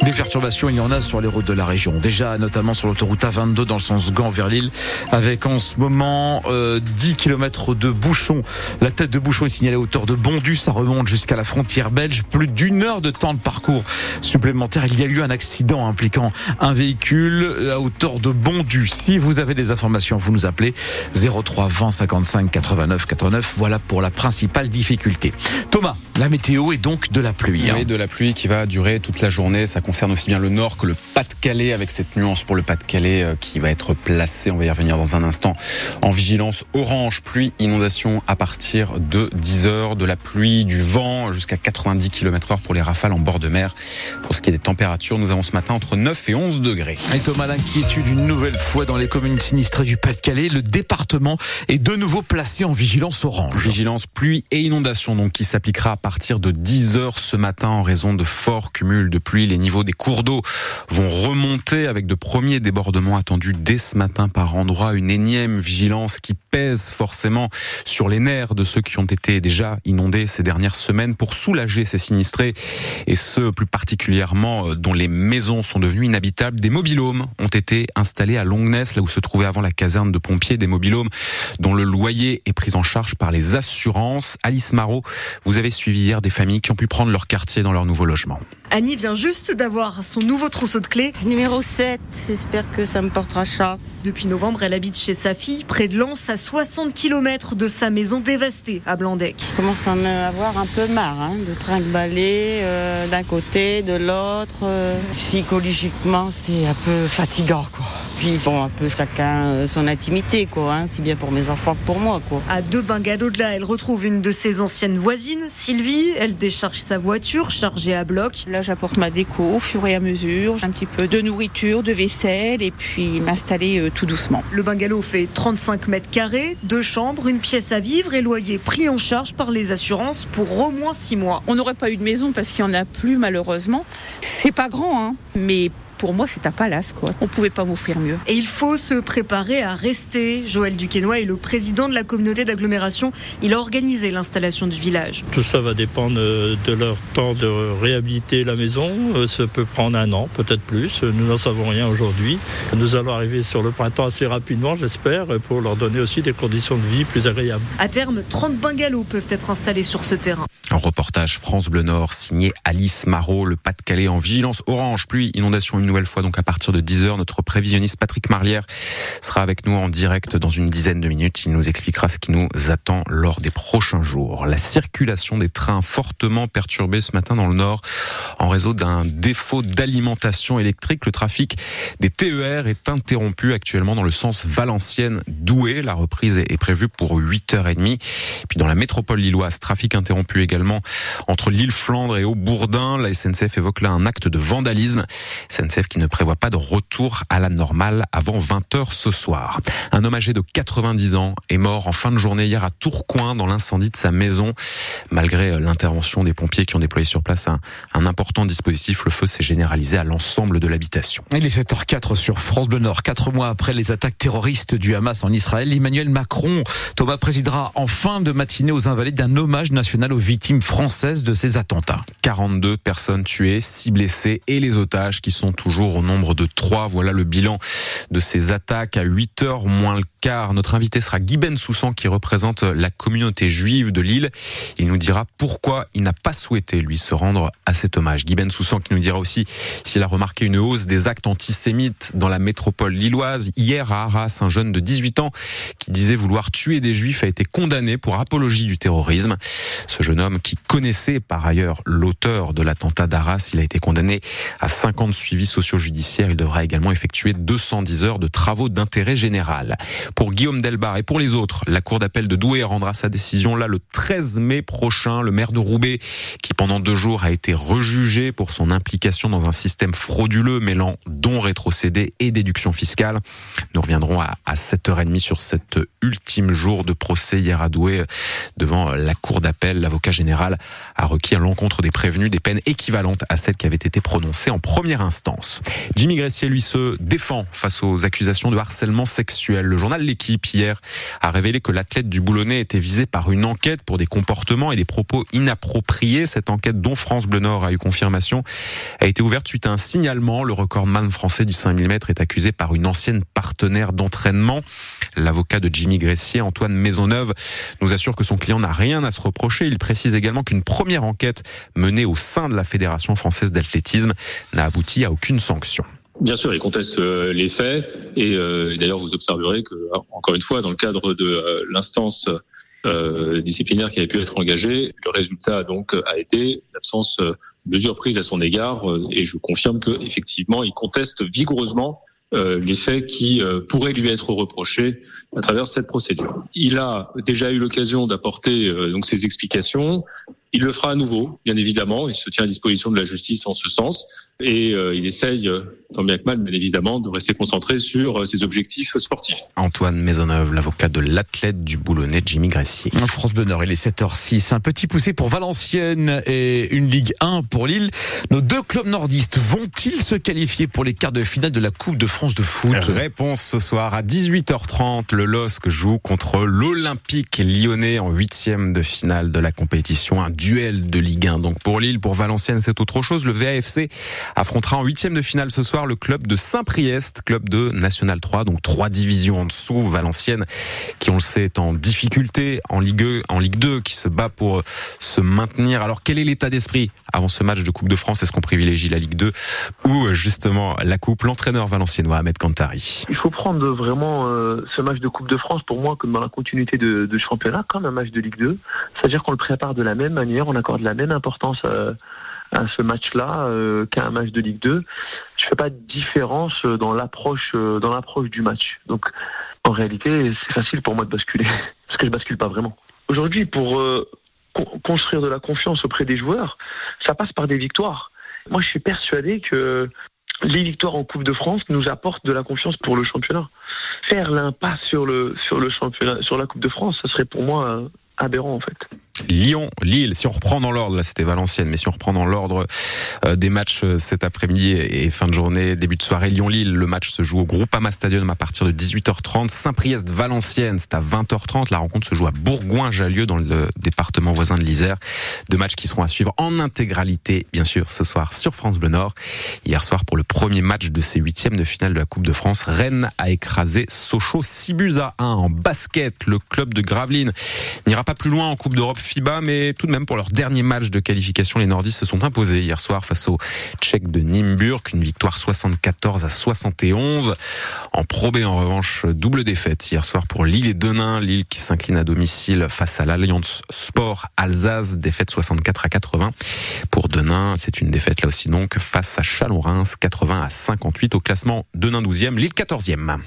Des perturbations, il y en a sur les routes de la région. Déjà, notamment sur l'autoroute A22 dans le sens Gand vers Lille, avec en ce moment 10 km de bouchons. La tête de bouchon est signalée à hauteur de Bondu, ça remonte jusqu'à la frontière belge. Plus d'1 heure de temps de parcours supplémentaire. Il y a eu un accident impliquant un véhicule à hauteur de Bondu. Si vous avez des informations, vous nous appelez 03 20 55 89 89. Voilà pour la principale difficulté. Thomas, la météo est donc de la pluie. Oui, de la pluie qui va durer toute la journée. Ça concerne aussi bien le nord que le Pas-de-Calais, avec cette nuance pour le Pas-de-Calais qui va être placé, on va y revenir dans un instant, en vigilance orange, pluie, inondation à partir de 10h, de la pluie, du vent jusqu'à 90 km/h pour les rafales en bord de mer. Pour ce qui est des températures, nous avons ce matin entre 9 et 11 degrés. Et Thomas, l'inquiétude une nouvelle fois dans les communes sinistrées du Pas-de-Calais. Le département est de nouveau placé en vigilance orange. Vigilance pluie et inondation donc qui s'appliquera à partir de 10h ce matin en raison de forts cumuls de pluie. Les niveaux des cours d'eau vont remonter avec de premiers débordements attendus dès ce matin par endroits. Une énième vigilance qui pèse forcément sur les nerfs de ceux qui ont été déjà inondés ces dernières semaines pour soulager ces sinistrés et ceux plus particulièrement dont les maisons sont devenues inhabitables. Des mobil-homes ont été installés à Longness, là où se trouvait avant la caserne de pompiers, des mobil-homes dont le loyer est pris en charge par les assurances. Alice Marot, vous avez suivi hier des familles qui ont pu prendre leur quartier dans leur nouveau logement. Annie vient juste d'avoir son nouveau trousseau de clés. Numéro 7, j'espère que ça me portera chance. Depuis novembre, elle habite chez sa fille, près de Lens, à 60 km de sa maison dévastée à Blandec. Je commence à en avoir un peu marre de trinque-baller d'un côté, de l'autre. Psychologiquement, c'est un peu fatigant, quoi. Puis bon, un peu chacun son intimité, quoi. C'est bien pour mes enfants que pour moi, quoi. À 2 bungalows de là, elle retrouve une de ses anciennes voisines, Sylvie. Elle décharge sa voiture chargée à bloc. Là, j'apporte ma déco au fur et à mesure, un petit peu de nourriture, de vaisselle et puis m'installer tout doucement. Le bungalow fait 35 mètres carrés, 2 chambres, une pièce à vivre et loyer pris en charge par les assurances pour au moins 6 mois. On n'aurait pas eu de maison parce qu'il n'y en a plus malheureusement. C'est pas grand, mais pour moi, c'est un palace, quoi. On pouvait pas m'offrir mieux. Et il faut se préparer à rester. Joël Duquesnoy est le président de la communauté d'agglomération. Il a organisé l'installation du village. Tout ça va dépendre de leur temps de réhabiliter la maison. Ça peut prendre 1 an, peut-être plus. Nous n'en savons rien aujourd'hui. Nous allons arriver sur le printemps assez rapidement, j'espère, pour leur donner aussi des conditions de vie plus agréables. À terme, 30 bungalows peuvent être installés sur ce terrain. Un reportage France Bleu Nord signé Alice Marot, le Pas-de-Calais en vigilance orange, pluie, inondation une nouvelle fois donc à partir de 10h. Notre prévisionniste Patrick Marlière sera avec nous en direct dans une dizaine de minutes. Il nous expliquera ce qui nous attend lors des prochains jours. La circulation des trains fortement perturbée ce matin dans le Nord en raison d'un défaut d'alimentation électrique. Le trafic des TER est interrompu actuellement dans le sens Valenciennes-Douai. La reprise est prévue pour 8h30. Puis dans la métropole lilloise, trafic interrompu également entre l'île Flandre et Haut-Bourdin. La SNCF évoque là un acte de vandalisme. SNCF qui ne prévoit pas de retour à la normale avant 20h ce soir. Un homme âgé de 90 ans est mort en fin de journée hier à Tourcoing dans l'incendie de sa maison. Malgré l'intervention des pompiers qui ont déployé sur place un important dispositif, le feu s'est généralisé à l'ensemble de l'habitation. Il est 7h04 sur France Bleu Nord. 4 mois après les attaques terroristes du Hamas en Israël, Emmanuel Macron, Thomas, présidera en fin de matinée aux Invalides d'un hommage national aux victimes françaises de ces attentats. 42 personnes tuées, 6 blessés et les otages qui sont toujours au nombre de 3. Voilà le bilan de ces attaques à 8h moins le quart. Notre invité sera Guy Bensoussan qui représente la communauté juive de Lille. Il nous dira pourquoi il n'a pas souhaité lui se rendre à cet hommage. Guy Bensoussan qui nous dira aussi s'il a remarqué une hausse des actes antisémites dans la métropole lilloise. Hier à Arras, un jeune de 18 ans qui disait vouloir tuer des juifs a été condamné pour apologie du terrorisme. Ce jeune homme qui connaissait par ailleurs l'auteur de l'attentat d'Arras, il a été condamné à 5 ans de suivi socio-judiciaire. Il devra également effectuer 210 heures de travaux d'intérêt général. Pour Guillaume Delbar et pour les autres, la cour d'appel de Douai rendra sa décision là le 13 mai prochain. Le maire de Roubaix, qui pendant 2 jours a été rejugé pour son implication dans un système frauduleux mêlant dons rétrocédés et déductions fiscales. Nous reviendrons à 7h30 sur cet ultime jour de procès hier à Douai devant la cour d'appel. L'avocat général a requis à l'encontre des prévenus des peines équivalentes à celles qui avaient été prononcées en première instance. France. Jimmy Gressier, lui, se défend face aux accusations de harcèlement sexuel. Le journal L'Équipe, hier, a révélé que l'athlète du Boulonnais était visé par une enquête pour des comportements et des propos inappropriés. Cette enquête, dont France Bleu Nord a eu confirmation, a été ouverte suite à un signalement. Le recordman français du 5000 mètres est accusé par une ancienne partenaire d'entraînement. L'avocat de Jimmy Gressier, Antoine Maisonneuve, nous assure que son client n'a rien à se reprocher. Il précise également qu'une première enquête menée au sein de la Fédération française d'athlétisme n'a abouti à aucune sanction. Bien sûr, il conteste les faits et d'ailleurs vous observerez que, encore une fois, dans le cadre de l'instance disciplinaire qui avait pu être engagée, le résultat donc a été l'absence de mesures prises à son égard et je confirme que effectivement il conteste vigoureusement les faits qui pourraient lui être reprochés à travers cette procédure. Il a déjà eu l'occasion d'apporter donc ses explications. Il le fera à nouveau, bien évidemment. Il se tient à disposition de la justice en ce sens. Et il essaye, tant bien que mal, bien évidemment, de rester concentré sur ses objectifs sportifs. Antoine Maisonneuve, l'avocat de l'athlète du Boulonnais, Jimmy Gressier. France Bleu Nord, il est 7h06. Un petit poussé pour Valenciennes et une Ligue 1 pour Lille. Nos deux clubs nordistes vont-ils se qualifier pour les quarts de finale de la Coupe de France de foot ? Réponse ce soir à 18h30. Le LOSC joue contre l'Olympique lyonnais en 8e de finale de la compétition. Un duel de Ligue 1. Donc pour Lille, pour Valenciennes, c'est autre chose. Le VAFC affrontera en 8e de finale ce soir le club de Saint-Priest, club de National 3, donc 3 divisions en dessous. Valenciennes, qui on le sait, est en difficulté en Ligue 2, qui se bat pour se maintenir. Alors quel est l'état d'esprit avant ce match de Coupe de France ? Est-ce qu'on privilégie la Ligue 2 ou justement la Coupe ? L'entraîneur valenciennois Ahmed Kantari. Il faut prendre vraiment ce match de Coupe de France pour moi comme dans la continuité de championnat, comme un match de Ligue 2. C'est-à-dire qu'on le prépare de la même manière, on accorde la même importance à ce match-là qu'à un match de Ligue 2. Je fais pas de différence dans l'approche du match. Donc en réalité, c'est facile pour moi de basculer parce que je bascule pas vraiment. Aujourd'hui, pour construire de la confiance auprès des joueurs, ça passe par des victoires. Moi, je suis persuadé que les victoires en Coupe de France nous apportent de la confiance pour le championnat. Faire l'impasse sur le championnat, sur la Coupe de France, ça serait pour moi aberrant en fait. Lyon, Lille, si on reprend dans l'ordre, là c'était Valenciennes, mais si on reprend dans l'ordre des matchs cet après-midi et fin de journée, début de soirée, Lyon-Lille, le match se joue au Groupama Stadium à partir de 18h30. Saint-Priest-Valenciennes, c'est à 20h30. La rencontre se joue à Bourgoin-Jallieu dans le département voisin de l'Isère. 2 matchs qui seront à suivre en intégralité, bien sûr, ce soir sur France Bleu Nord. Hier soir, pour le premier match de ces 8e de finale de la Coupe de France, Rennes a écrasé Sochaux 6-1 en basket. Le club de Gravelines n'ira pas plus loin en Coupe d'Europe FIBA, mais tout de même pour leur dernier match de qualification, les nordistes se sont imposés hier soir face aux Tchèques de Nymburk, une victoire 74-71. En Pro B, en revanche, double défaite hier soir pour Lille et Denain. Lille qui s'incline à domicile face à l'Alliance Sport Alsace, défaite 64-80. Pour Denain, c'est une défaite là aussi donc face à Chalon-Reims, 80-58 au classement. Denain 12e, Lille 14e.